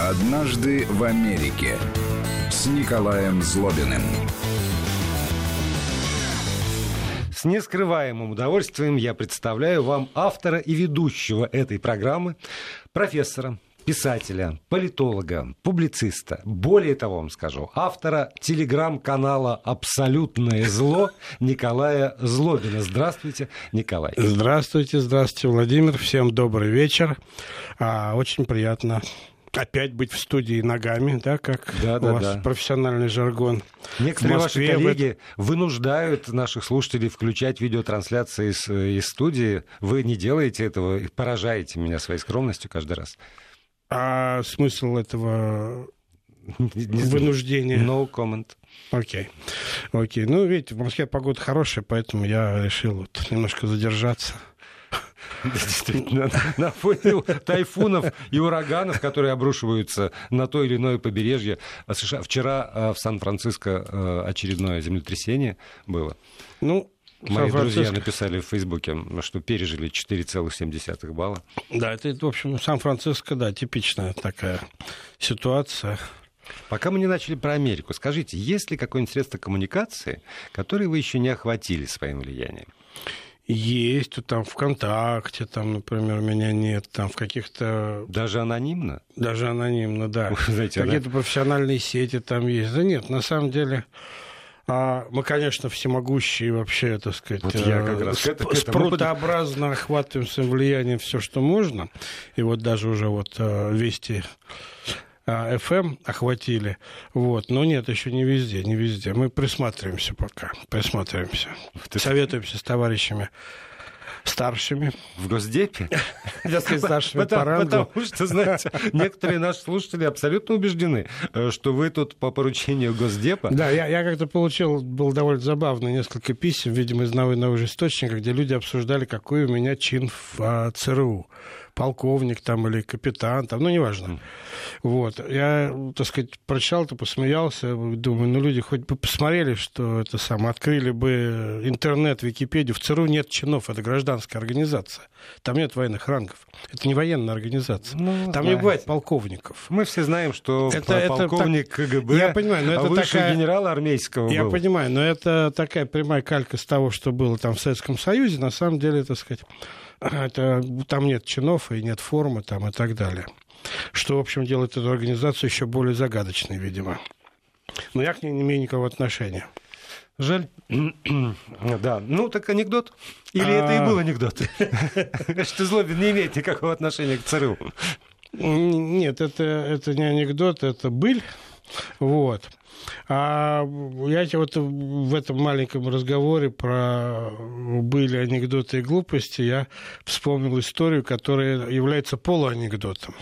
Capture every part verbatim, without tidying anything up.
«Однажды в Америке» с Николаем Злобиным. С нескрываемым удовольствием я представляю вам автора и ведущего этой программы, профессора, писателя, политолога, публициста. Более того, вам скажу, автора телеграм-канала «Абсолютное зло» Николая Злобина. Здравствуйте, Николай. Здравствуйте, здравствуйте, Владимир. Всем добрый вечер. А, очень приятно опять быть в студии ногами, да, как да, у да, вас да. профессиональный жаргон. Некоторые ваши коллеги вынуждают наших слушателей включать видеотрансляции из, из студии. Вы не делаете этого и поражаете меня своей скромностью каждый раз. А смысл этого вынуждения? No comment. Окей. Окей. Ну, видите, в Москве погода хорошая, поэтому я решил вот немножко задержаться. Действительно, на фоне тайфунов и ураганов, которые обрушиваются на то или иное побережье США. Вчера в Сан-Франциско очередное землетрясение было. Ну, мои друзья написали в Фейсбуке, что пережили четыре целых семь десятых балла. Да, это, в общем, Сан-Франциско, да, типичная такая ситуация. Пока мы не начали про Америку, скажите, есть ли какое-нибудь средство коммуникации, которое вы еще не охватили своим влиянием? Есть, там ВКонтакте, там, например, меня нет, там в каких-то... Даже анонимно? Даже анонимно, да. Знаете, какие-то да? профессиональные сети там есть. Да нет, на самом деле... А мы, конечно, всемогущие вообще, так сказать, вот я как раз сп- это, спрутообразно охватываем своим влиянием все, что можно. И вот даже уже вот Вести эф эм охватили. Вот. Но нет, еще не везде, не везде. Мы присматриваемся пока, присматриваемся. Ты... Советуемся с товарищами старшими. В Госдепе? Я сказать, старшими потому, по рангу. Потому что, знаете, некоторые наши слушатели абсолютно убеждены, что вы тут по поручению Госдепа... Да, я, я как-то получил, было довольно забавно, несколько писем, видимо, из нового нового источника, где люди обсуждали, какой у меня чин в а, ЦРУ. Полковник там или капитан, там, ну, неважно. Mm. Вот. Я, так сказать, прочитал-то, посмеялся, думаю, ну, люди хоть бы посмотрели, что это самое, открыли бы интернет, Википедию. В ЦРУ нет чинов, это гражданская организация. Там нет военных рангов. Это не военная организация. Ну, там знаете. Не бывает полковников. Мы все знаем, что это, полковник это, КГБ, я понимаю, но это а выше такая... генерала армейского Я был. понимаю, но это такая прямая калька с того, что было там в Советском Союзе. На самом деле, так сказать... Это, там нет чинов и нет формы там, и так далее. Что, в общем, делает эту организацию еще более загадочной, видимо. Но я к ней не имею никакого отношения. Жаль. Да. Ну, так анекдот? Или а... это и был анекдот? Что Злобин не имеет никакого отношения к ЦРУ? Нет, это, это не анекдот, это быль. Вот. А я вот в этом маленьком разговоре про были анекдоты и глупости, я вспомнил историю, которая является полуанекдотом.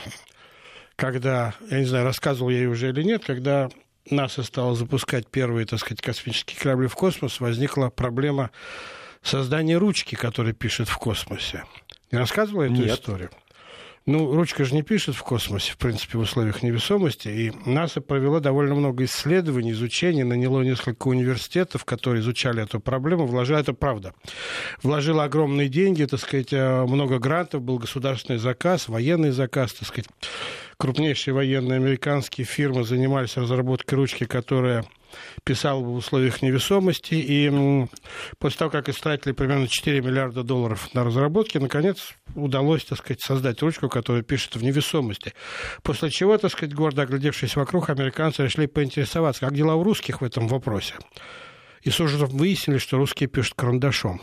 Когда, я не знаю, рассказывал я ее уже или нет, когда НАСА стало запускать первые, так сказать, космические корабли в космос, возникла проблема создания ручки, которая пишет в космосе. Не рассказывал я эту нет. историю? Ну, ручка же не пишет в космосе, в принципе, в условиях невесомости. И НАСА провела довольно много исследований, изучений, наняло несколько университетов, которые изучали эту проблему, вложила, это правда, вложила огромные деньги, так сказать, много грантов, был государственный заказ, военный заказ, так сказать. Крупнейшие военные американские фирмы занимались разработкой ручки, которая писала в условиях невесомости. И после того, как истратили примерно четыре миллиарда долларов на разработки, наконец удалось, так сказать, создать ручку, которая пишет в невесомости. После чего, так сказать, гордо оглядевшись вокруг, американцы решили поинтересоваться, как дела у русских в этом вопросе. И с ужасом выяснили, что русские пишут карандашом.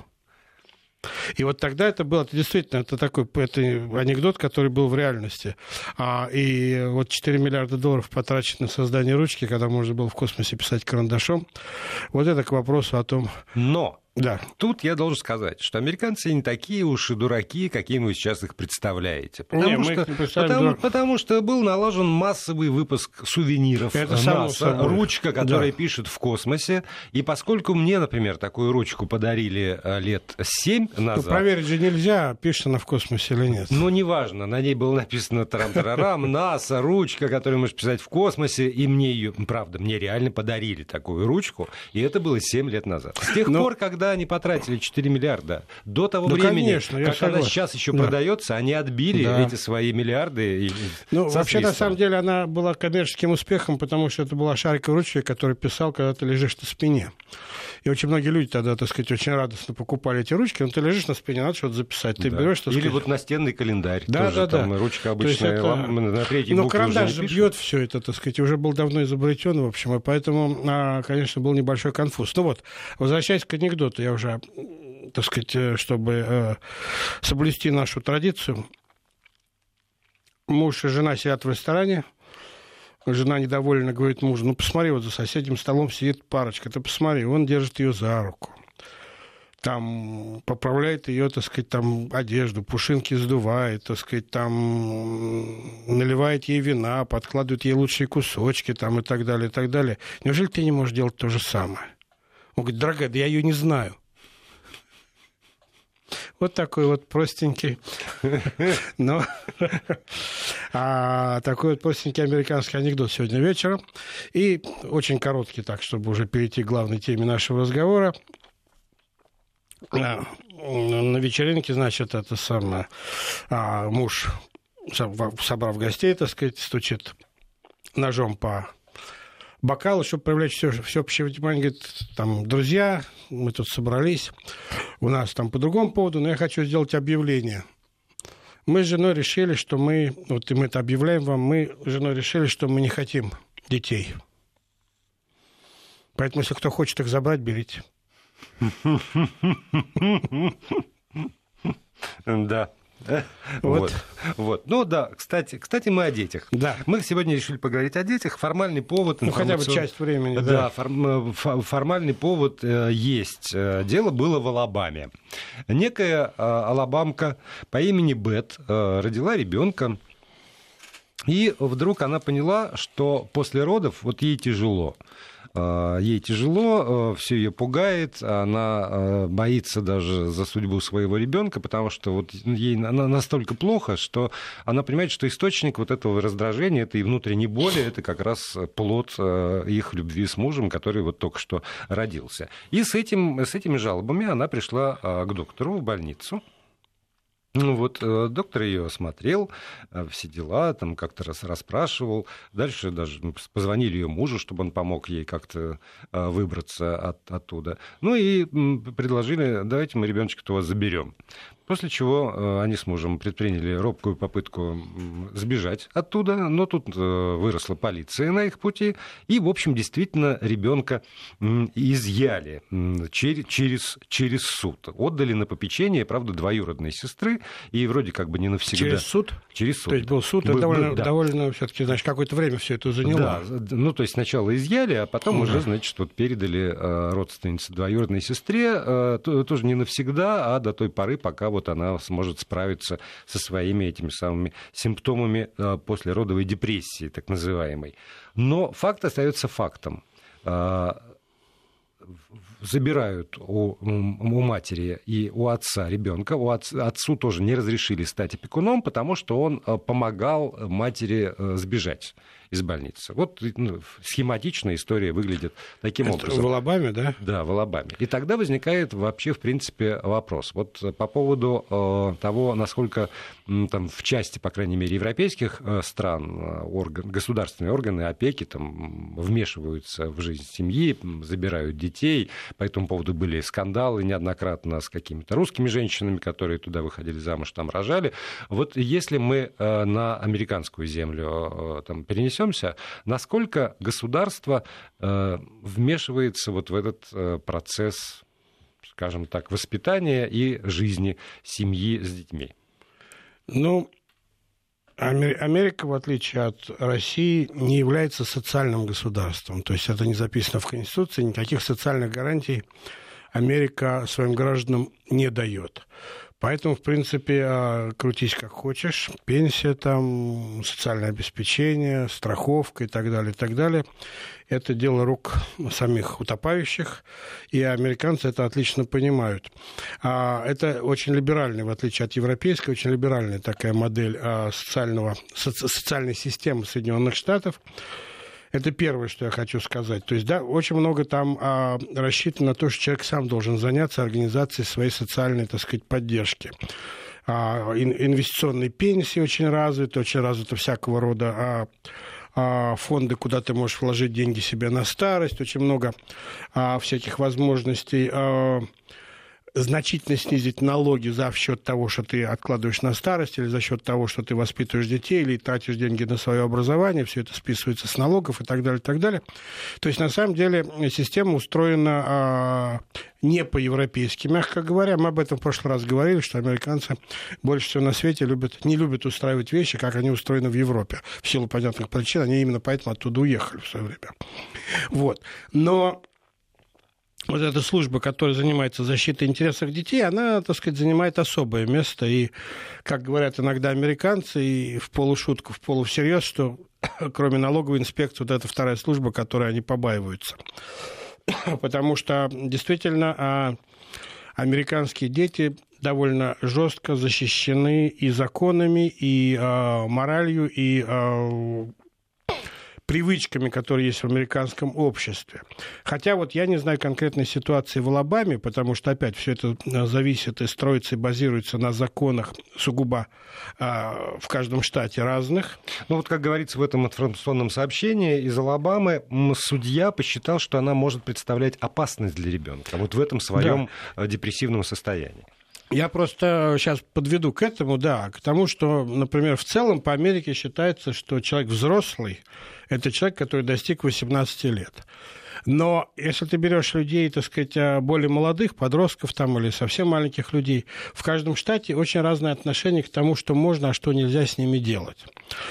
И вот тогда это было, это действительно, это такой это анекдот, который был в реальности. А, и вот четыре миллиарда долларов потрачено на создание ручки, когда можно было в космосе писать карандашом. Вот это к вопросу о том... Но Да. Тут я должен сказать, что американцы не такие уж и дураки, какими вы сейчас их представляете. Потому, не, что, мы потому, дурак... потому что был налажен массовый выпуск сувениров Это НАСА, ручка, которая да. пишет в космосе. И поскольку мне, например, такую ручку подарили лет семь назад... Ну, проверить же нельзя, пишет она в космосе или нет. Ну, неважно. На ней было написано тарам-тарарам, НАСА, ручка, которую можешь писать в космосе. И мне ее, правда, мне реально подарили такую ручку. И это было семь лет назад. С тех Но... пор, когда тогда они потратили четыре миллиарда. До того ну, времени, конечно, как согласен. она сейчас еще да. продается, они отбили да. эти свои миллиарды. И ну, вообще, на самом деле, она была коммерческим успехом, потому что это была шариковая ручка, которую писал, когда ты лежишь на спине. И очень многие люди тогда, так сказать, очень радостно покупали эти ручки, но ты лежишь на спине, надо что-то записать. Ты да. берешь, так Или сказать... вот настенный календарь. Да, тоже, да, там да. Ручка обычная, это... лам... на третьей но букве карандаш уже же пишут. бьет все это, так сказать, уже был давно изобретен, в общем, и поэтому, конечно, был небольшой конфуз. Ну вот, возвращаясь к анекдоту, я уже, так сказать, чтобы соблюсти нашу традицию, муж и жена сидят в ресторане. Жена недовольна, говорит мужу: ну, посмотри, вот за соседним столом сидит парочка, ты посмотри, он держит ее за руку, там поправляет ее, так сказать, там одежду, пушинки сдувает, так сказать, там наливает ей вина, подкладывает ей лучшие кусочки, там и так далее, и так далее. Неужели ты не можешь делать то же самое? Он говорит: дорогая, да я ее не знаю. Вот такой вот простенький, но а, такой вот простенький американский анекдот сегодня вечером. И очень короткий, так, чтобы уже перейти к главной теме нашего разговора. А, на вечеринке, значит, это самое, а, муж, собрав гостей, так сказать, стучит ножом по бокалу, чтобы привлечь все, всеобщее внимание, говорит: там, друзья, мы тут собрались, у нас там по другому поводу, но я хочу сделать объявление. Мы с женой решили, что мы, вот и мы это объявляем вам, мы с женой решили, что мы не хотим детей. Поэтому, если кто хочет их забрать, берите. Да. Вот. Вот. вот. Ну да, кстати, кстати, мы о детях. Да. Мы сегодня решили поговорить о детях. Формальный повод... Ну, хотя бы часть времени. Да, да. Форм... формальный повод э, есть. Дело было в Алабаме. Некая э, алабамка по имени Бет э, родила ребенка. И вдруг она поняла, что после родов вот ей тяжело. Ей тяжело, все ее пугает, она боится даже за судьбу своего ребенка, потому что вот ей она настолько плохо, что она понимает, что источник вот этого раздражения, этой внутренней боли, это как раз плод их любви с мужем, который вот только что родился. И с, этим, с этими жалобами она пришла к доктору в больницу. Ну вот, доктор ее осмотрел, все дела, там как-то раз расспрашивал. Дальше даже позвонили ее мужу, чтобы он помог ей как-то выбраться от, оттуда. Ну и предложили: давайте мы ребеночка-то у вас заберем. После чего они с мужем предприняли робкую попытку сбежать оттуда, но тут выросла полиция на их пути, и, в общем, действительно ребенка изъяли через, через суд. Отдали на попечение, правда, двоюродной сестры, и вроде как бы не навсегда. Через суд? Через суд. То есть был суд, был, это довольно, был, да. довольно все-таки, значит, какое-то время все это заняло. Да, ну то есть сначала изъяли, а потом ну, уже, да. значит, вот передали родственнице двоюродной сестре, тоже не навсегда, а до той поры, пока вот она сможет справиться со своими этими самыми симптомами послеродовой депрессии, так называемой. Но факт остается фактом. Забирают у, у матери и у отца ребенка. У отца, отцу тоже не разрешили стать опекуном, потому что он помогал матери сбежать из больницы. Вот ну, схематичная история выглядит таким Это образом. В Алабаме, да? Да, в Алабаме. И тогда возникает вообще, в принципе, вопрос. Вот по поводу э, того, насколько э, там, в части, по крайней мере, европейских э, стран э, орган, государственные органы опеки там, вмешиваются в жизнь семьи, забирают детей. По этому поводу были скандалы неоднократно с какими-то русскими женщинами, которые туда выходили замуж, там рожали. Вот если мы э, на американскую землю э, там, перенесем, насколько государство э, вмешивается вот в этот э, процесс, скажем так, воспитания и жизни семьи с детьми? Ну, Америка, в отличие от России, не является социальным государством. То есть это не записано в Конституции, никаких социальных гарантий Америка своим гражданам не дает. Поэтому, в принципе, крутись как хочешь. Пенсия, там, социальное обеспечение, страховка и так далее, и так далее. Это дело рук самих утопающих, и американцы это отлично понимают. Это очень либеральная, в отличие от европейской, очень либеральная такая модель социального, социальной системы Соединенных Штатов. Это первое, что я хочу сказать. То есть, да, очень много там а, рассчитано на то, что человек сам должен заняться организацией своей социальной, так сказать, поддержки. А, ин, инвестиционные пенсии очень развиты, очень развиты всякого рода а, а, фонды, куда ты можешь вложить деньги себе на старость. Очень много а, всяких возможностей а, значительно снизить налоги за счет того, что ты откладываешь на старость, или за счет того, что ты воспитываешь детей, или тратишь деньги на свое образование, все это списывается с налогов и так далее, и так далее. То есть, на самом деле, система устроена а, не по-европейски, мягко говоря. Мы об этом в прошлый раз говорили, что американцы больше всего на свете любят, не любят устраивать вещи, как они устроены в Европе. В силу понятных причин, они именно поэтому оттуда уехали в свое время. Вот. Но вот эта служба, которая занимается защитой интересов детей, она, так сказать, занимает особое место. И, как говорят иногда американцы, и в полушутку, в полувсерьез, что кроме налоговой инспекции, вот это вторая служба, которой они побаиваются. Потому что, действительно, американские дети довольно жестко защищены и законами, и моралью, и привычками, которые есть в американском обществе. Хотя вот я не знаю конкретной ситуации в Алабаме, потому что, опять, все это зависит и строится, и базируется на законах сугубо а, в каждом штате разных. Ну вот, как говорится в этом информационном сообщении, из Алабамы судья посчитал, что она может представлять опасность для ребенка. Вот в этом своем да. депрессивном состоянии. Я просто сейчас подведу к этому, да, к тому, что, например, в целом по Америке считается, что человек взрослый – это человек, который достиг восемнадцати лет. Но если ты берешь людей, так сказать, более молодых, подростков там, или совсем маленьких людей, в каждом штате очень разное отношение к тому, что можно, а что нельзя с ними делать.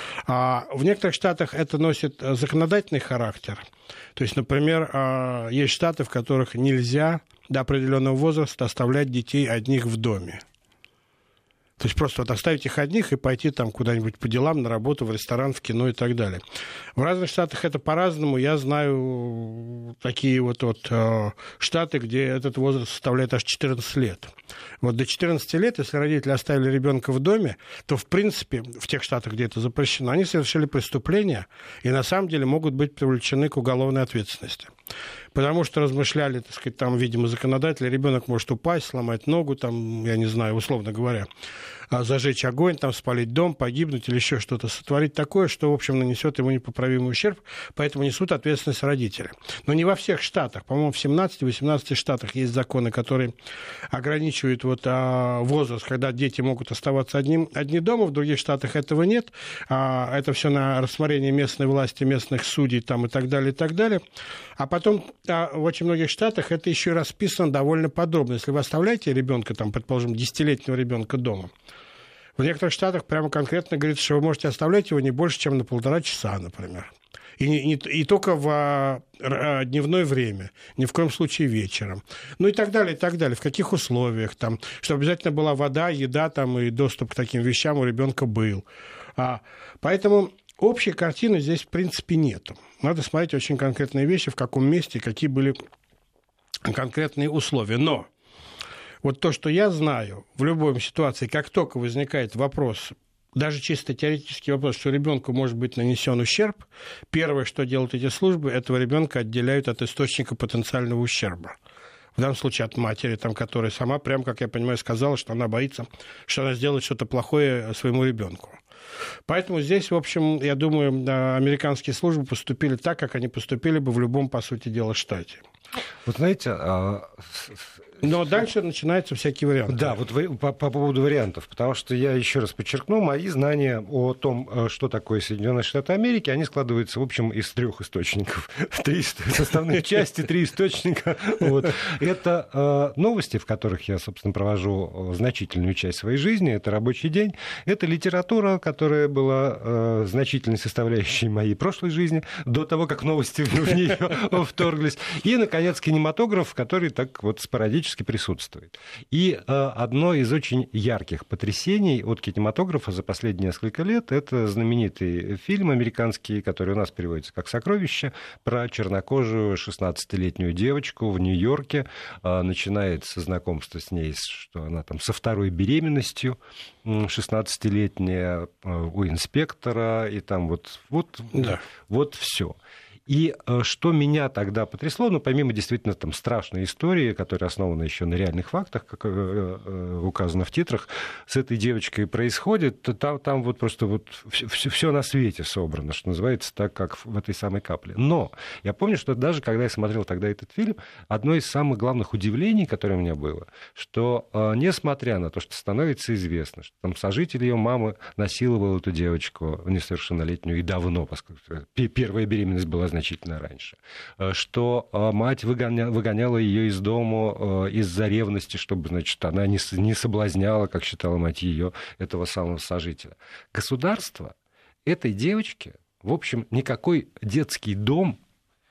А в некоторых штатах это носит законодательный характер. То есть, например, есть штаты, в которых нельзя до определенного возраста оставлять детей одних в доме. То есть просто вот оставить их одних и пойти там куда-нибудь по делам, на работу, в ресторан, в кино и так далее. В разных штатах это по-разному. Я знаю такие вот, вот э, штаты, где этот возраст составляет аж четырнадцать лет. Вот до четырнадцати лет, если родители оставили ребенка в доме, то, в принципе, в тех штатах, где это запрещено, они совершили преступление и на самом деле могут быть привлечены к уголовной ответственности. Потому что размышляли, так сказать, там, видимо, законодатели, ребенок может упасть, сломать ногу, там, я не знаю, условно говоря, зажечь огонь, там, спалить дом, погибнуть или еще что-то, сотворить такое, что, в общем, нанесет ему непоправимый ущерб, поэтому несут ответственность родители. Но не во всех штатах, по-моему, в семнадцати-восемнадцати штатах есть законы, которые ограничивают вот, а, возраст, когда дети могут оставаться одним, одни дома, в других штатах этого нет, а, это все на рассмотрение местной власти, местных судей там, и так далее, и так далее. А потом а в очень многих штатах это еще и расписано довольно подробно. Если вы оставляете ребенка, там, предположим, десятилетнего ребенка дома, в некоторых штатах прямо конкретно говорится, что вы можете оставлять его не больше, чем на полтора часа, например. И, не, не, и только в а, дневное время, ни в коем случае вечером. Ну и так далее, и так далее. В каких условиях, там, чтобы обязательно была вода, еда там, и доступ к таким вещам у ребенка был. А, поэтому общей картины здесь, в принципе, нету. Надо смотреть очень конкретные вещи, в каком месте, какие были конкретные условия. Но вот то, что я знаю, в любой ситуации, как только возникает вопрос, даже чисто теоретический вопрос, что ребенку может быть нанесен ущерб, первое, что делают эти службы, этого ребенка отделяют от источника потенциального ущерба. В данном случае от матери, там, которая сама, прям, как я понимаю, сказала, что она боится, что она сделает что-то плохое своему ребенку. Поэтому здесь, в общем, я думаю, американские службы поступили так, как они поступили бы в любом, по сути дела, штате. Вот знаете... А... Но дальше начинаются всякие варианты. Да, вот вы, по, по поводу вариантов, потому что я еще раз подчеркну, мои знания о том, что такое Соединенные Штаты Америки, они складываются, в общем, из трех источников. Три составных части, три источника. Вот. Это э, новости, в которых я, собственно, провожу значительную часть своей жизни, это рабочий день, это литература, которая была э, значительной составляющей моей прошлой жизни, до того, как новости в нее вторглись. И, наконец, кинематограф, который так вот спорадически присутствует. И э, одно из очень ярких потрясений от кинематографа за последние несколько лет — это знаменитый фильм американский, который у нас переводится как «Сокровище», про чернокожую шестнадцатилетнюю девочку в Нью-Йорке. Э, начинается знакомство с ней, что она там со второй беременностью, шестнадцатилетняя, э, у инспектора, и там вот, вот, да. вот все. И что меня тогда потрясло, ну, помимо действительно там страшной истории, которая основана еще на реальных фактах, как указано в титрах, с этой девочкой происходит, там, там вот просто вот все, все на свете собрано, что называется, так как в этой самой капле. Но я помню, что даже когда я смотрел тогда этот фильм, одно из самых главных удивлений, которое у меня было, что несмотря на то, что становится известно, что там сожитель ее мамы насиловал эту девочку несовершеннолетнюю и давно, поскольку первая беременность была значительно раньше, что мать выгоня, выгоняла ее из дома из-за ревности, чтобы, значит, она не, не соблазняла, как считала мать ее, этого самого сожителя. Государство этой девочке, в общем, никакой детский дом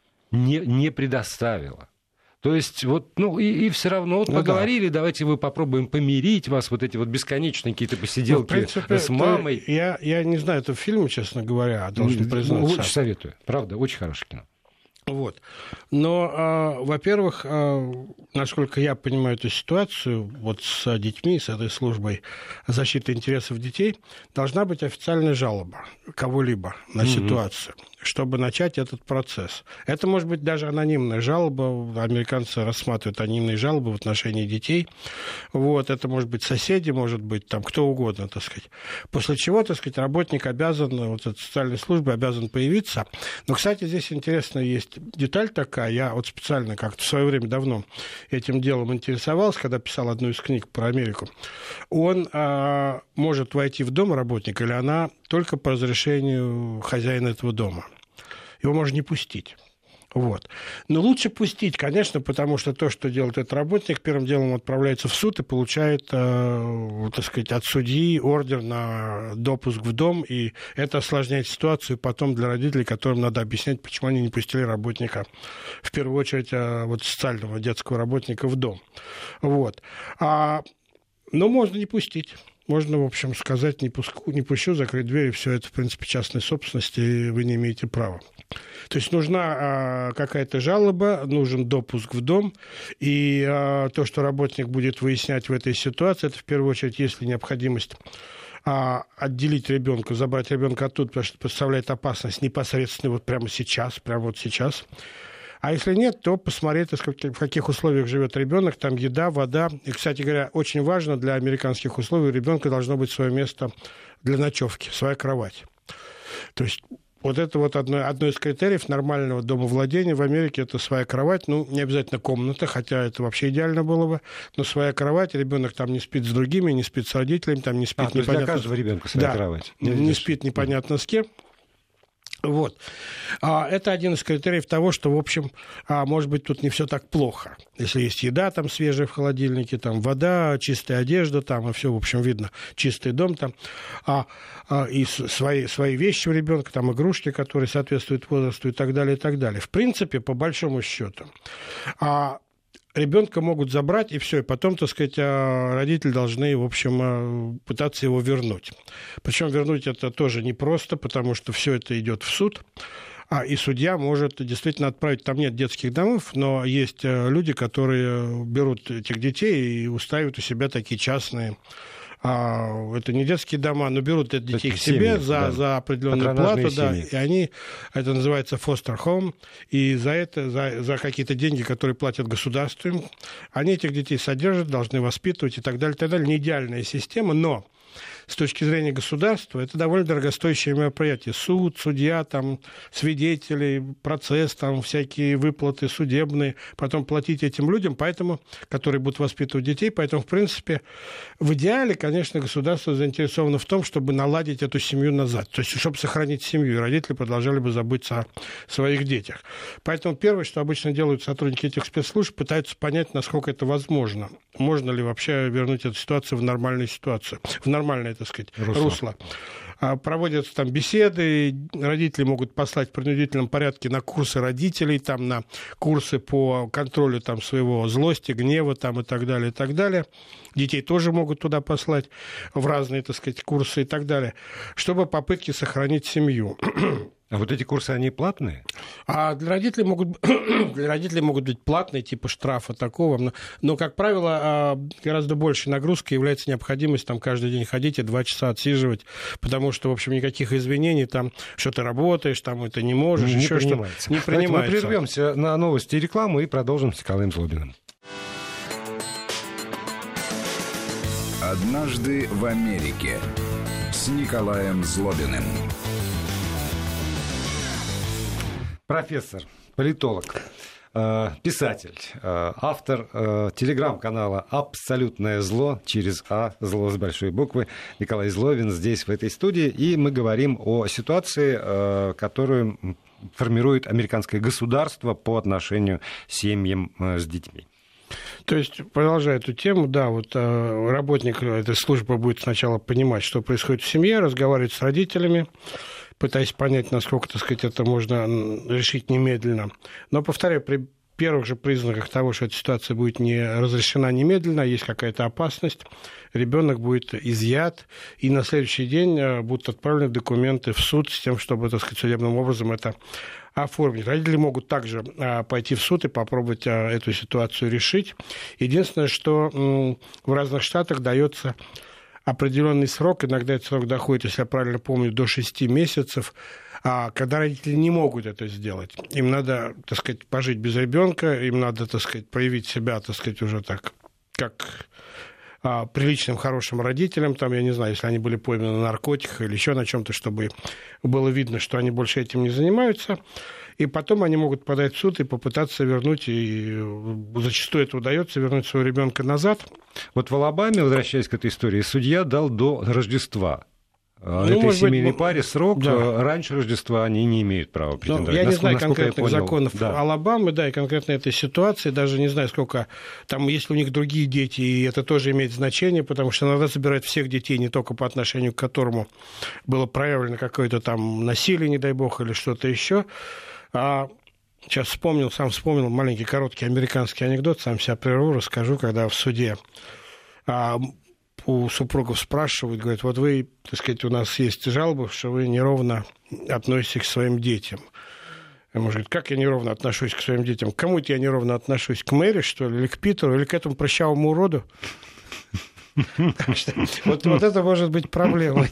не, не предоставило. То есть, вот, ну, и, и все равно вот ну, поговорили, да. Давайте мы попробуем помирить вас, вот эти вот бесконечные какие-то посиделки ну, принципе, с мамой. Я, я не знаю этого фильма, честно говоря, должен признаться. Очень советую, правда, очень хорошее кино. Вот. Но, э, во-первых, э, насколько я понимаю эту ситуацию, вот с детьми, с этой службой защиты интересов детей, должна быть официальная жалоба кого-либо на mm-hmm. ситуацию, чтобы начать этот процесс. Это может быть даже анонимная жалоба. Американцы рассматривают анонимные жалобы в отношении детей. Вот. Это может быть соседи, может быть там кто угодно, так сказать. После чего, так сказать, работник обязан, вот эта социальная служба обязан появиться. Но, кстати, здесь интересно есть деталь такая. Я вот специально как-то в свое время давно этим делом интересовался, когда писал одну из книг про Америку. Он а, может войти в дом работника, или она только по разрешению хозяина этого дома. Его можно не пустить. Вот. Но лучше пустить, конечно, потому что то, что делает этот работник, первым делом отправляется в суд и получает, э, так сказать, от судьи ордер на допуск в дом, и это осложняет ситуацию потом для родителей, которым надо объяснять, почему они не пустили работника, в первую очередь, э, вот социального детского работника в дом. Вот. А, но можно не пустить. Можно, в общем, сказать, не, пуску, не пущу, закрыть дверь, и все это, в принципе, частной собственности, и вы не имеете права. То есть нужна а, какая-то жалоба, нужен допуск в дом, и а, то, что работник будет выяснять в этой ситуации, это, в первую очередь, если необходимость а, отделить ребенка, забрать ребенка оттуда, потому что представляет опасность непосредственно вот прямо сейчас, прямо вот сейчас. А если нет, то посмотреть, в каких условиях живет ребенок, там еда, вода. И, кстати говоря, очень важно для американских условий, у ребенка должно быть свое место для ночевки, своя кровать. То есть вот это вот одно, одно из критериев нормального домовладения в Америке, это своя кровать, ну, не обязательно комната, хотя это вообще идеально было бы, но своя кровать, ребенок там не спит с другими, не спит с родителями, там не спит а, непонятно... для каждого ребенка своя да, кровать. Не, не спит непонятно с кем. Вот. Это один из критериев того, что, в общем, может быть, тут не все так плохо. Если есть еда там свежая в холодильнике, там вода, чистая одежда, там, и все, в общем, видно, чистый дом там, а, а, и свои, свои вещи у ребенка, там, игрушки, которые соответствуют возрасту и так далее, и так далее. В принципе, по большому счету, а, ребенка могут забрать, и все, и потом, так сказать, родители должны, в общем, пытаться его вернуть. Причем вернуть это тоже непросто, потому что все это идет в суд, и судья может действительно отправить, там нет детских домов, но есть люди, которые берут этих детей и устраивают у себя такие частные. Это не детские дома, но берут этих детей к себе семьи, за, да. за определенную плату, да, и они, это называется foster home, и за это, за, за какие-то деньги, которые платят государству им, они этих детей содержат, должны воспитывать и так далее, и так далее. Не идеальная система, но с точки зрения государства это довольно дорогостоящее мероприятие. Суд, судья, там, свидетели, процесс, там, всякие выплаты судебные, потом платить этим людям, поэтому, которые будут воспитывать детей. Поэтому, в принципе, в идеале, конечно, государство заинтересовано в том, чтобы наладить эту семью назад. То есть, чтобы сохранить семью, и родители продолжали бы заботиться о своих детях. Поэтому первое, что обычно делают сотрудники этих спецслужб, пытаются понять, насколько это возможно. Можно ли вообще вернуть эту ситуацию в нормальную ситуацию, в нормальное, так сказать, русло. русло. Проводятся там беседы, родители могут послать в принудительном порядке на курсы родителей, там, на курсы по контролю там, своего злости, гнева там, и так далее, и так далее. Детей тоже могут туда послать в разные, так сказать, курсы и так далее, чтобы попытки сохранить семью. А вот эти курсы, они платные? А для родителей могут, для родителей могут быть платные, типа штрафа такого. Но, но, как правило, гораздо больше нагрузка является необходимость там каждый день ходить и два часа отсиживать, потому что, в общем, никаких извинений, там, что ты работаешь, там, это не можешь, не еще принимается. что-то. Не принимается. Мы прервемся на новости и рекламу и продолжим с Николаем Злобиным. «Однажды в Америке» с Николаем Злобиным. Профессор, политолог, писатель, автор телеграм-канала «Абсолютное зло» через А, зло с большой буквы, Николай Злобин здесь, в этой студии, и мы говорим о ситуации, которую формирует американское государство по отношению к семьям с детьми. То есть, продолжая эту тему, да, вот работник этой службы будет сначала понимать, что происходит в семье, разговаривать с родителями, пытаясь понять, насколько, так сказать, это можно решить немедленно. Но, повторяю, при первых же признаках того, что эта ситуация будет не разрешена немедленно, есть какая-то опасность, ребенок будет изъят, и на следующий день будут отправлены документы в суд с тем, чтобы, так сказать, судебным образом это оформить. Родители могут также пойти в суд и попробовать эту ситуацию решить. Единственное, что в разных штатах дается определенный срок, иногда этот срок доходит, если я правильно помню, до шести месяцев, а когда родители не могут это сделать. Им надо, так сказать, пожить без ребенка, им надо, так сказать, проявить себя, так сказать, уже так, как а, приличным, хорошим родителям, там, я не знаю, если они были пойманы на наркотиках или еще на чем-то, чтобы было видно, что они больше этим не занимаются. И потом они могут подать в суд и попытаться вернуть, и зачастую это удается, вернуть своего ребенка назад. Вот в Алабаме, возвращаясь к этой истории, судья дал до Рождества ну, этой семейной быть, паре срок. Да. Раньше Рождества они не имеют права претендовать. Я Насколько, не знаю конкретных законов да. Алабамы, да, и конкретно этой ситуации, даже не знаю, сколько там, если у них другие дети, и это тоже имеет значение, потому что иногда собирают всех детей, не только по отношению к которому было проявлено какое-то там насилие, не дай бог, или что-то еще. А сейчас вспомнил, сам вспомнил маленький короткий американский анекдот, сам себя прерву, расскажу, когда в суде а, у супругов спрашивают, говорят, вот вы, так сказать, у нас есть жалобы, что вы неровно относитесь к своим детям. И муж говорит, как я неровно отношусь к своим детям? К кому я неровно отношусь? К Мэри, что ли, или к Питеру, или к этому прыщавому уроду? Так что вот это может быть проблемой.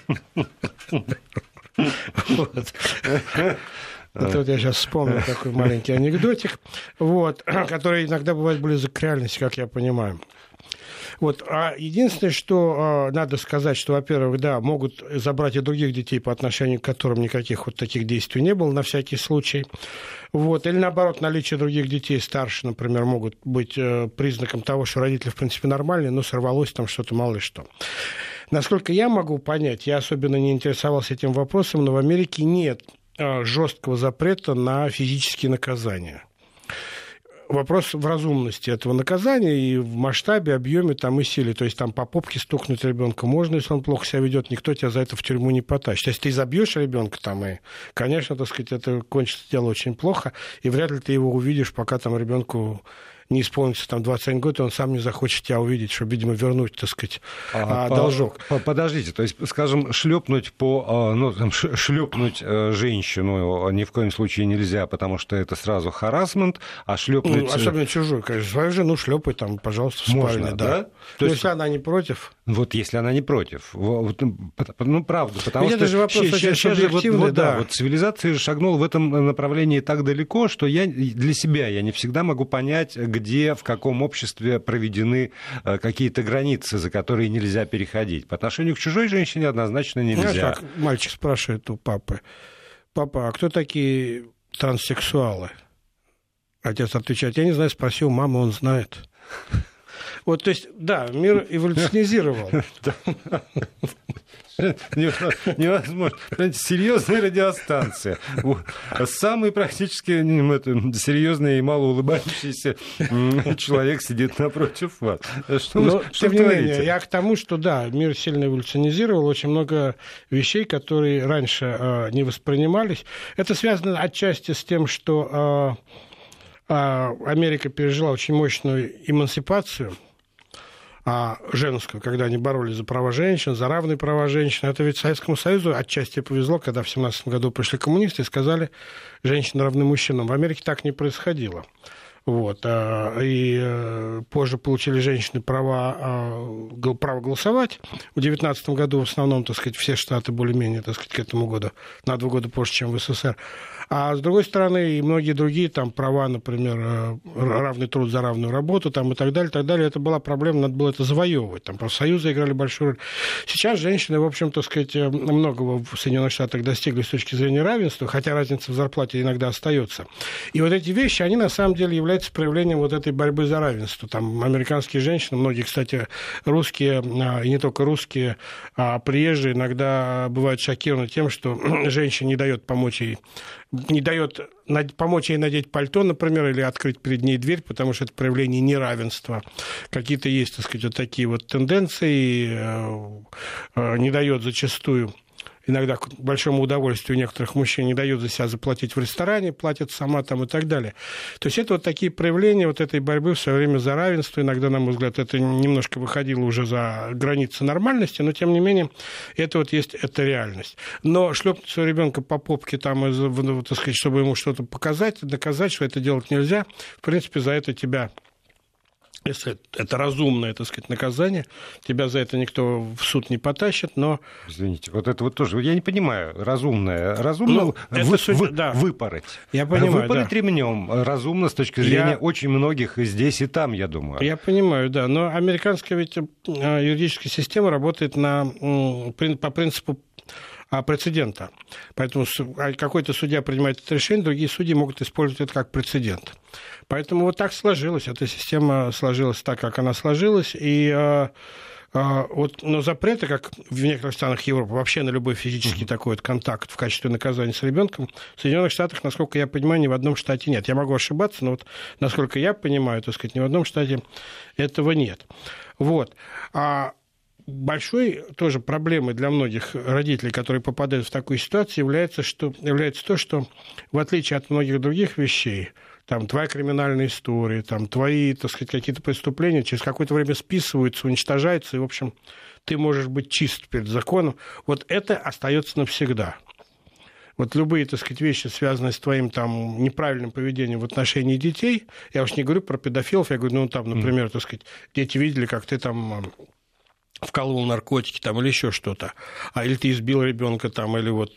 Вот. Это вот я сейчас вспомнил такой маленький анекдотик, вот, который иногда бывает близок к реальности, как я понимаю. Вот. А единственное, что э, надо сказать, что, во-первых, да, могут забрать и других детей, по отношению к которым никаких вот таких действий не было, на всякий случай. Вот. Или, наоборот, наличие других детей старше, например, могут быть э, признаком того, что родители, в принципе, нормальные, но сорвалось там что-то, мало ли что. Насколько я могу понять, я особенно не интересовался этим вопросом, но в Америке нет жесткого запрета на физические наказания. Вопрос в разумности этого наказания и в масштабе, объеме там, и силе. То есть там по попке стукнуть ребенка можно, если он плохо себя ведет, никто тебя за это в тюрьму не потащит. Если ты забьешь ребенка, там, и, конечно, так сказать, это кончится дело очень плохо, и вряд ли ты его увидишь, пока там ребенку не исполнится там двадцать один год, и он сам не захочет тебя увидеть, чтобы, видимо, вернуть, так сказать, а, должок. По, подождите, то есть, скажем, шлепнуть по, ну, там, шлепнуть женщину ни в коем случае нельзя, потому что это сразу харассмент, а шлепнуть... Ну, особенно чужую, конечно. Свою жену шлепай там, пожалуйста, в спальне. Можно, да? да? То есть, если она не против... Вот если она не против. Вот, ну, правда, потому Ведь что... Это же вопрос сейчас, сейчас же вот, вот, да. да, вот цивилизация шагнула в этом направлении так далеко, что я для себя я не всегда могу понять, где, в каком обществе проведены какие-то границы, за которые нельзя переходить. По отношению к чужой женщине однозначно нельзя. Знаешь, как мальчик спрашивает у папы: папа, а кто такие транссексуалы? Отец отвечает: я не знаю, спросил маму, он знает. Вот, то есть, да, мир эволюционизировал. Невозможно. Серьезная радиостанция. Самый практически серьезный и мало улыбающийся человек сидит напротив вас. Что вы говорите? Я к тому, что да, мир сильно эволюционизировал, очень много вещей, которые раньше не воспринимались. Это связано отчасти с тем, что Америка пережила очень мощную эмансипацию. а, женскую, когда они боролись за права женщин, за равные права женщин. Это ведь Советскому Союзу отчасти повезло, когда в семнадцатом году пришли коммунисты и сказали, женщины равны мужчинам. В Америке так не происходило. Вот. И позже получили женщины права, право голосовать. В девятнадцатом году в основном, так сказать, все штаты более-менее, так сказать, к этому году, на два года позже, чем в СССР. А с другой стороны, и многие другие там права, например, равный труд за равную работу там, и так далее, так далее, это была проблема, надо было это завоевывать. Там профсоюзы играли большую роль. Сейчас женщины, в общем, так сказать, многого в Соединенных Штатах достигли с точки зрения равенства, хотя разница в зарплате иногда остается. И вот эти вещи, они на самом деле являются проявлением вот этой борьбы за равенство. Там американские женщины, многие, кстати, русские, и не только русские, а приезжие, иногда бывают шокированы тем, что женщина не дает помочь ей, не дает помочь ей надеть пальто, например, или открыть перед ней дверь, потому что это проявление неравенства. Какие-то есть, так сказать, вот такие вот тенденции, не дает зачастую, иногда к большому удовольствию некоторых мужчин, не дает за себя заплатить в ресторане, платит сама там и так далее. То есть это вот такие проявления вот этой борьбы в свое время за равенство. Иногда, на мой взгляд, это немножко выходило уже за границы нормальности, но, тем не менее, это вот есть, это реальность. Но шлепнуть своего ребенка по попке, там, так сказать, чтобы ему что-то показать, доказать, что это делать нельзя, в принципе, за это тебя... Если это разумное, так сказать, наказание, тебя за это никто в суд не потащит, но... Извините, вот это вот тоже, я не понимаю, разумное, разумно ну, вы, суть, вы, да. выпороть. Я понимаю, выпороть да. ремнем разумно с точки зрения я... очень многих и здесь, и там, я думаю. Я понимаю, да, но американская ведь юридическая система работает на, по принципу прецедента. Поэтому какой-то судья принимает это решение, другие судьи могут использовать это как прецедент. Поэтому вот так сложилось. Эта система сложилась так, как она сложилась. И а, а, вот, но запреты, как в некоторых странах Европы, вообще на любой физический mm-hmm. такой вот контакт в качестве наказания с ребенком, в Соединенных Штатах, насколько я понимаю, ни в одном штате нет. Я могу ошибаться, но вот насколько я понимаю, так сказать, ни в одном штате этого нет. Вот. А большой тоже проблемой для многих родителей, которые попадают в такую ситуацию, является, что, является то, что в отличие от многих других вещей, там, твоя криминальная история, там, твои, так сказать, какие-то преступления через какое-то время списываются, уничтожаются, и, в общем, ты можешь быть чист перед законом. Вот это остается навсегда. Вот любые, так сказать, вещи, связанные с твоим там неправильным поведением в отношении детей, я уж не говорю про педофилов, я говорю, ну, там, например, mm. так сказать, дети видели, как ты там... вколол наркотики там, или еще что-то, а или ты избил ребенка там, или вот,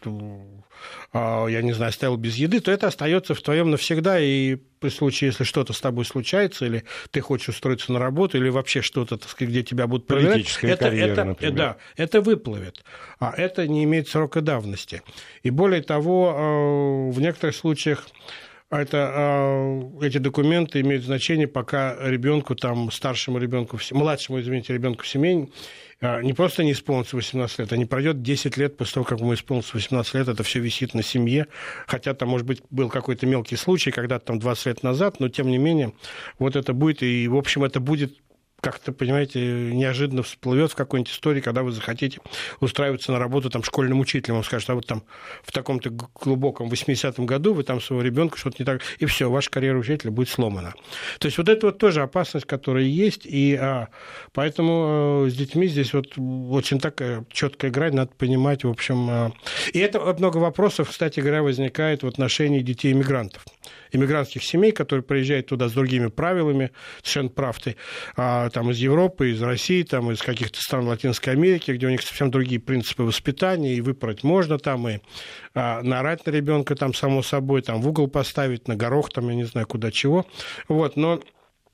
а, я не знаю, оставил без еды, то это остается в твоем навсегда, и при случае, если что-то с тобой случается, или ты хочешь устроиться на работу, или вообще что-то, так сказать, где тебя будут проверять, политическая это, карьера, это, например. Да, это выплывет, а это не имеет срока давности. И более того, в некоторых случаях это, эти документы имеют значение, пока ребенку, там, старшему ребенку, младшему, извините, ребенку в семье не просто не исполнится восемнадцать лет, а не пройдет десять лет после того, как ему исполнится восемнадцать лет, это все висит на семье. Хотя там, может быть, был какой-то мелкий случай, когда-то там двадцать лет назад, но тем не менее, вот это будет, и, в общем, это будет как-то, понимаете, неожиданно всплывет в какой-нибудь истории, когда вы захотите устраиваться на работу там школьным учителем, он скажет, а вот там в таком-то глубоком восьмидесятом году вы там своего ребенка что-то не так, и все, ваша карьера учителя будет сломана. То есть вот это вот тоже опасность, которая есть, и а, поэтому а, с детьми здесь вот очень такая четкая грань, надо понимать, в общем. А, и это много вопросов, кстати говоря, возникает в отношении детей-иммигрантов. Иммигрантских семей, которые приезжают туда с другими правилами, совершенно прав ты, а, там из Европы, из России, там, из каких-то стран Латинской Америки, где у них совсем другие принципы воспитания, и выпороть можно там, и а, наорать на ребенка там, само собой, там, в угол поставить, на горох, там, я не знаю, куда чего. Вот, но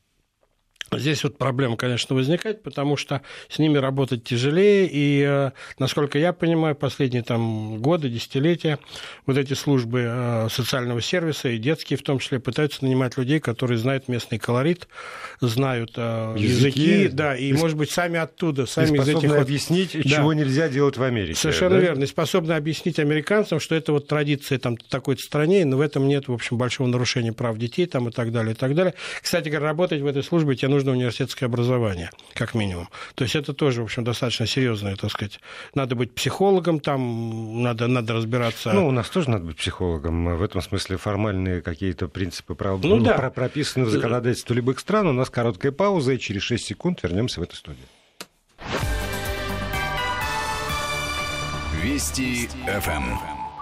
здесь вот проблема, конечно, возникает, потому что с ними работать тяжелее, и, насколько я понимаю, последние там, годы, десятилетия вот эти службы социального сервиса, и детские в том числе, пытаются нанимать людей, которые знают местный колорит, знают языки, языки да, и, может быть, сами оттуда, сами из этих... объяснить, да, чего нельзя делать в Америке. Совершенно да? верно, и способны объяснить американцам, что это вот традиция там, такой-то стране, но в этом нет, в общем, большого нарушения прав детей там, и так далее, и так далее. Кстати говоря, работать в этой службе тебе нужно нужно университетское образование, как минимум. То есть это тоже, в общем, достаточно серьезное, так сказать. Надо быть психологом, там надо, надо разбираться... Ну, у нас тоже надо быть психологом. В этом смысле формальные какие-то принципы прав... ну, ну, да. прописаны в законодательстве любых стран. У нас короткая пауза, и через шесть секунд вернемся в эту студию. Вести эф эм.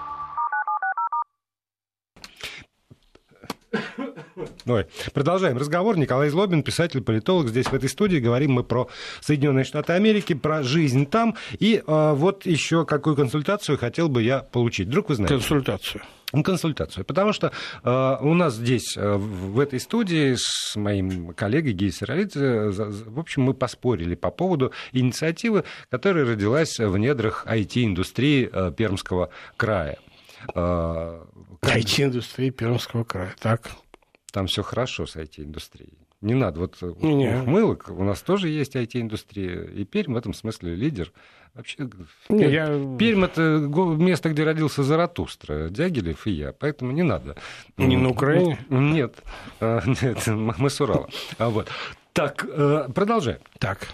Ой. Продолжаем разговор. Николай Злобин, писатель, политолог. Здесь, в этой студии, говорим мы про Соединенные Штаты Америки, про жизнь там. И а, вот еще какую консультацию хотел бы я получить. Вдруг вы знаете? Консультацию. Консультацию. Потому что э, у нас здесь, э, в этой студии, с моим коллегой Гией Саралидзе, в общем, мы поспорили по поводу инициативы, которая родилась в недрах ай ти-индустрии э, Пермского края. Э, ай ти-индустрии Пермского края, так. Там все хорошо с ай ти-индустрией. Не надо, вот Не. ухмылок, у нас тоже есть ай ти-индустрия, и Пермь в этом смысле лидер. Вообще, Не, Пермь, я... Пермь — это место, где родился Заратустра, Дягилев и я, поэтому не надо. Не на Украине? Нет, нет, мы с Урала. Вот. Так, продолжаем. Так.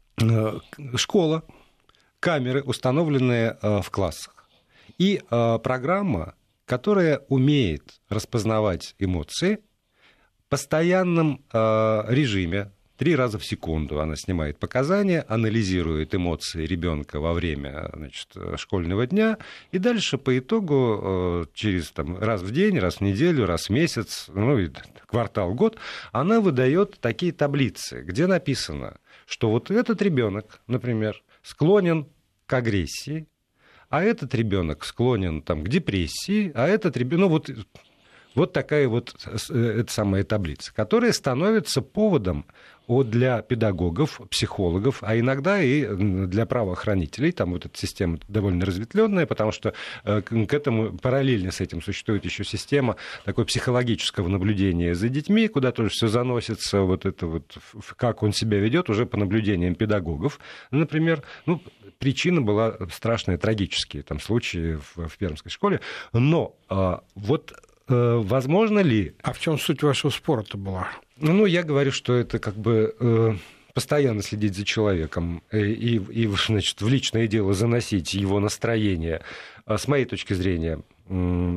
Школа, камеры, установленные в классах, и программа, которая умеет распознавать эмоции, в постоянном э, режиме, три раза в секунду она снимает показания, анализирует эмоции ребенка во время, значит, школьного дня, и дальше по итогу э, через там, раз в день, раз в неделю, раз в месяц, ну и квартал, год, она выдает такие таблицы, где написано, что вот этот ребенок, например, склонен к агрессии, а этот ребенок склонен там, к депрессии, а этот ребенок... Ну, вот, вот такая вот эта самая таблица, которая становится поводом для педагогов, психологов, а иногда и для правоохранителей. Там вот эта система довольно разветвленная, потому что к этому параллельно с этим существует еще система такой психологического наблюдения за детьми, куда тоже все заносится, вот это вот, как он себя ведет уже по наблюдениям педагогов. Например, ну, причина была страшная, трагические там случаи в, в Пермской школе, но а, вот а, возможно ли... А в чем суть вашего спора-то была? Ну, я говорю, что это как бы э, постоянно следить за человеком и, и, и, значит, в личное дело заносить его настроение, с моей точки зрения, э,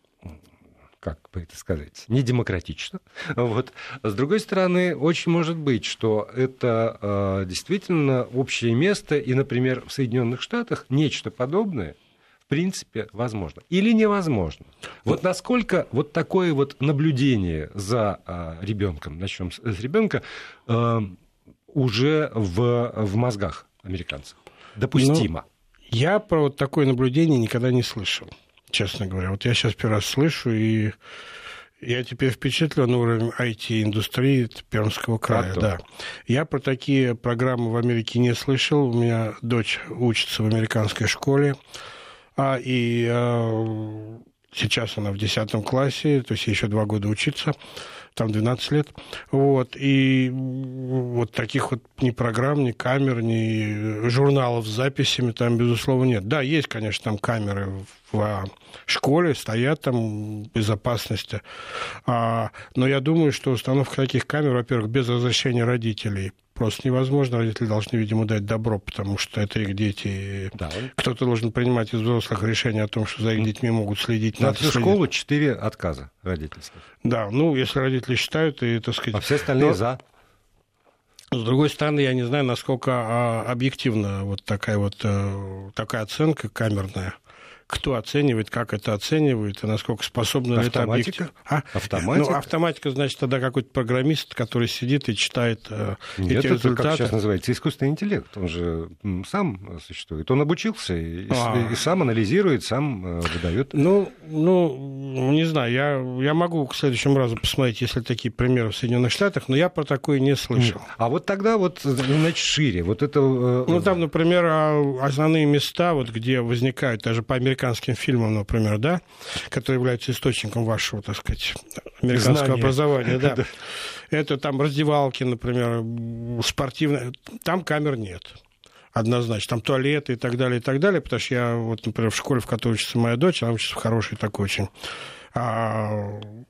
как бы это сказать, недемократично. Вот. С другой стороны, очень может быть, что это э, действительно общее место, и, например, в Соединенных Штатах нечто подобное в принципе, возможно. Или невозможно. Вот насколько вот такое вот наблюдение за а, ребенком, начнем с, с ребенка, а, уже в, в мозгах американцев допустимо? Ну, я про вот такое наблюдение никогда не слышал, честно говоря. Вот я сейчас первый раз слышу, и я теперь впечатлен уровнем ай ти-индустрии Пермского края. А да. Я про такие программы в Америке не слышал. У меня дочь учится в американской школе. А, и а, сейчас она в десятом классе, то есть ей еще два года учиться, там двенадцать лет. Вот, и вот таких вот ни программ, ни камер, ни журналов с записями там, безусловно, нет. Да, есть, конечно, там камеры в школе, стоят там безопасности. А, но я думаю, что установка таких камер, во-первых, без разрешения родителей просто невозможно. Родители должны, видимо, дать добро, потому что это их дети. Да. Кто-то должен принимать из взрослых решения о том, что за их детьми могут следить. На всю школу четыре отказа родительских. Да, ну, если родители считают, и, так сказать... А все остальные но... за. С другой стороны, я не знаю, насколько объективна вот такая вот такая оценка камерная. Кто оценивает, как это оценивает, и насколько способна это объективно. А? Автоматика? Ну, автоматика, значит, тогда какой-то программист, который сидит и читает э, Нет, эти это, результаты. как сейчас называется, искусственный интеллект. Он же сам существует. Он обучился и, а. и сам анализирует, сам выдает. Ну, ну, не знаю, я, я могу к следующему разу посмотреть, если такие примеры в Соединенных Штатах, но я про такое не слышал. А вот тогда вот, значит, шире. Вот это... Ну, там, например, основные места, вот, где возникают, даже по американским фильмам, например, да, которые являются источником вашего, так сказать, американского знания. Образования, да. Это там раздевалки, например, спортивные, там камер нет. Однозначно. Там туалеты и так далее, и так далее, потому что я, вот, например, в школе, в которой учится моя дочь, она учится в хорошей такой очень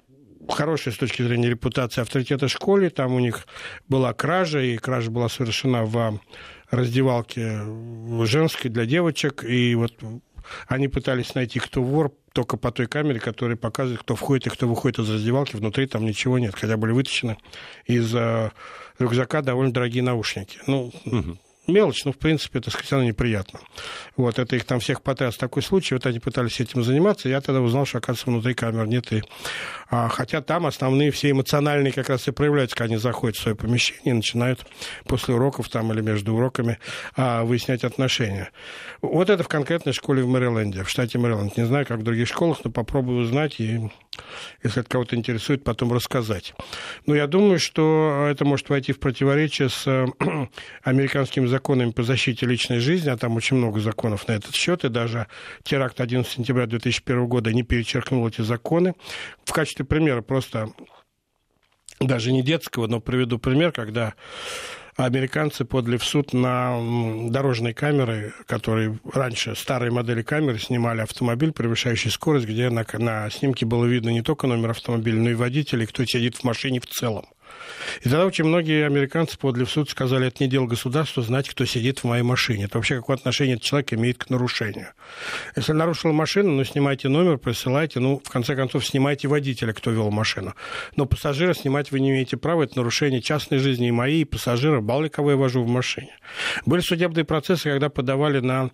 хорошая с точки зрения репутации авторитета школе. Там у них была кража, и кража была совершена в раздевалке женской для девочек. И вот они пытались найти, кто вор, только по той камере, которая показывает, кто входит и кто выходит из раздевалки. Внутри там ничего нет, хотя были вытащены из рюкзака довольно дорогие наушники. Ну, угу. Мелочь, но, в принципе, это, сказать, оно неприятно. Вот, это их там всех потряс такой случай, вот они пытались этим заниматься, я тогда узнал, что, оказывается, внутри камер нет. И, а, хотя там основные все эмоциональные как раз и проявляются, когда они заходят в свое помещение и начинают после уроков там или между уроками а, выяснять отношения. Вот это в конкретной школе в Мэриленде, в штате Мэриленд. Не знаю, как в других школах, но попробую узнать и, если это кого-то интересует, потом рассказать. Но я думаю, что это может войти в противоречие с американскими законами по защите личной жизни, а там очень много законов на этот счет, и даже теракт одиннадцатого сентября две тысячи первого года не перечеркнул эти законы. В качестве примера просто, даже не детского, но приведу пример, когда американцы подали в суд на дорожные камеры, которые раньше, старые модели камеры, снимали автомобиль, превышающий скорость, где на, на снимке было видно не только номер автомобиля, но и водителя, и кто сидит в машине в целом. И тогда очень многие американцы подали в суд, сказали, это не дело государства знать, кто сидит в моей машине. Это вообще какое отношение этот человек имеет к нарушению. Если нарушил машину, ну, снимайте номер, присылайте, ну, в конце концов, снимайте водителя, кто вел машину. Но пассажира снимать вы не имеете права, это нарушение частной жизни и моей, и пассажира, мало ли кого я вожу в машине. Были судебные процессы, когда подавали на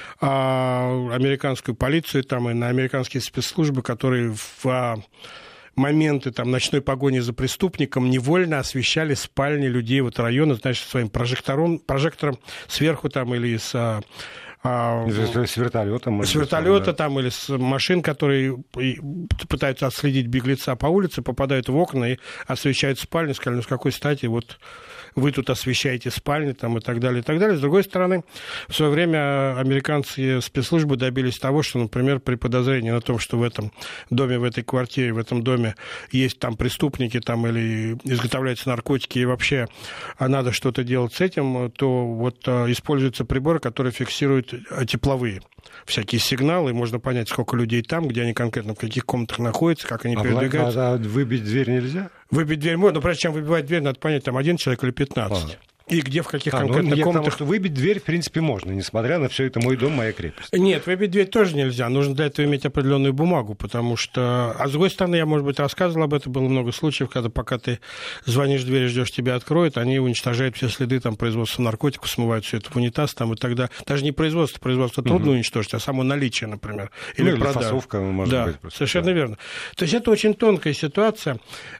а, американскую полицию там, и на американские спецслужбы, которые в... А, моменты там, ночной погони за преступником невольно освещали спальни людей вот района, значит, своим прожектором, прожектором сверху там или с... А, с вертолета, может с вертолета да. там или с машин, которые пытаются отследить беглеца по улице, попадают в окна и освещают спальню, сказали, ну с какой стати вот вы тут освещаете спальни там, и так далее, и так далее. С другой стороны, в свое время американские спецслужбы добились того, что, например, при подозрении на том, что в этом доме, в этой квартире, в этом доме есть там преступники там, или изготовляются наркотики, и вообще надо что-то делать с этим, то вот используются приборы, которые фиксируют тепловые всякие сигналы, можно понять, сколько людей там, где они конкретно, в каких комнатах находятся, как они а передвигаются. А выбить дверь нельзя? Выбить дверь можно, но прежде чем выбивать дверь, надо понять, там один человек или пятнадцать. А. И где, в каких а, конкретно ну, комнатах... Потому что выбить дверь, в принципе, можно, несмотря на все это «Мой дом, моя крепость». Нет, выбить дверь тоже нельзя. Нужно для этого иметь определенную бумагу, потому что... А с другой стороны, я, может быть, рассказывал об этом, было много случаев, когда пока ты звонишь в дверь и ждешь, тебя откроют, они уничтожают все следы там, производства наркотиков, смывают все это в унитаз, там, и тогда... Даже не производство, производство трудно угу. уничтожить, а само наличие, например. Или, ну, или продажа. фасовка, может да, быть. Просто, совершенно да. верно. То есть это очень тонкая ситуация,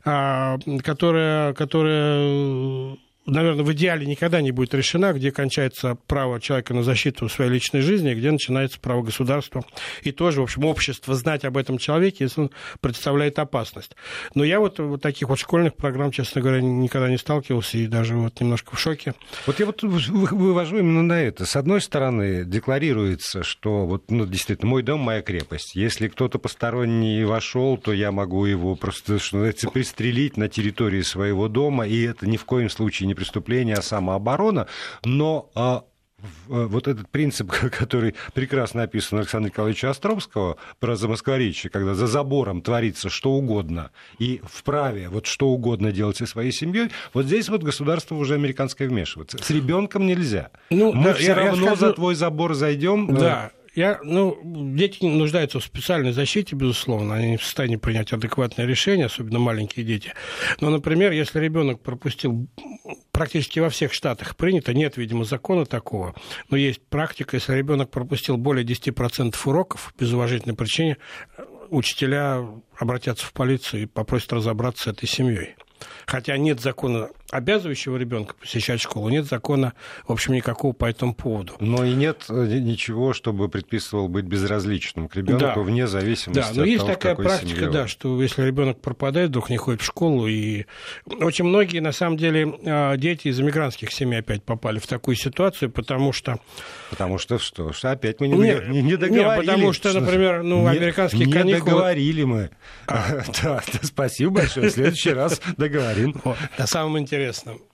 которая... которая наверное, в идеале никогда не будет решена, где кончается право человека на защиту своей личной жизни, и где начинается право государства. И тоже, в общем, общество знать об этом человеке, если он представляет опасность. Но я вот, вот таких вот школьных программ, честно говоря, никогда не сталкивался, и даже вот немножко в шоке. Вот я вот вывожу именно на это. С одной стороны, декларируется, что вот, ну, действительно, мой дом, моя крепость. Если кто-то посторонний вошел, то я могу его просто, что называется, пристрелить на территории своего дома, и это ни в коем случае не преступление, а самооборона, но а, вот этот принцип, который прекрасно описан Александра Николаевича Островского про замоскворечье, когда за забором творится что угодно, и вправе вот что угодно делать со своей семьей, вот здесь вот государство уже американское вмешивается. С ребенком нельзя. Ну, Мы да, все я, равно я скажу... за твой забор зайдем. Да. Я, ну, дети нуждаются в специальной защите, безусловно, они не в состоянии принять адекватное решение, особенно маленькие дети. Но, например, если ребенок пропустил, практически во всех штатах принято, нет, видимо, закона такого, но есть практика, если ребенок пропустил более десять процентов уроков без уважительной причины, учителя обратятся в полицию и попросят разобраться с этой семьей. Хотя нет закона, обязывающего ребенка посещать школу, нет закона, в общем, никакого по этому поводу. Но и нет ничего, чтобы предписывал быть безразличным к ребенку, да. вне зависимости да, но от есть того, такая практика, да, что если ребенок пропадает, вдруг не ходит в школу, и очень многие, на самом деле, дети из иммигрантских семей опять попали в такую ситуацию, потому что... Потому что что? Что опять мы не, нет, не договорили. Нет, потому что, например, ну, не, американские не каникулы... Не договорили мы. А. Да, да, спасибо большое, в следующий раз договорим. Вот. На самом интересном.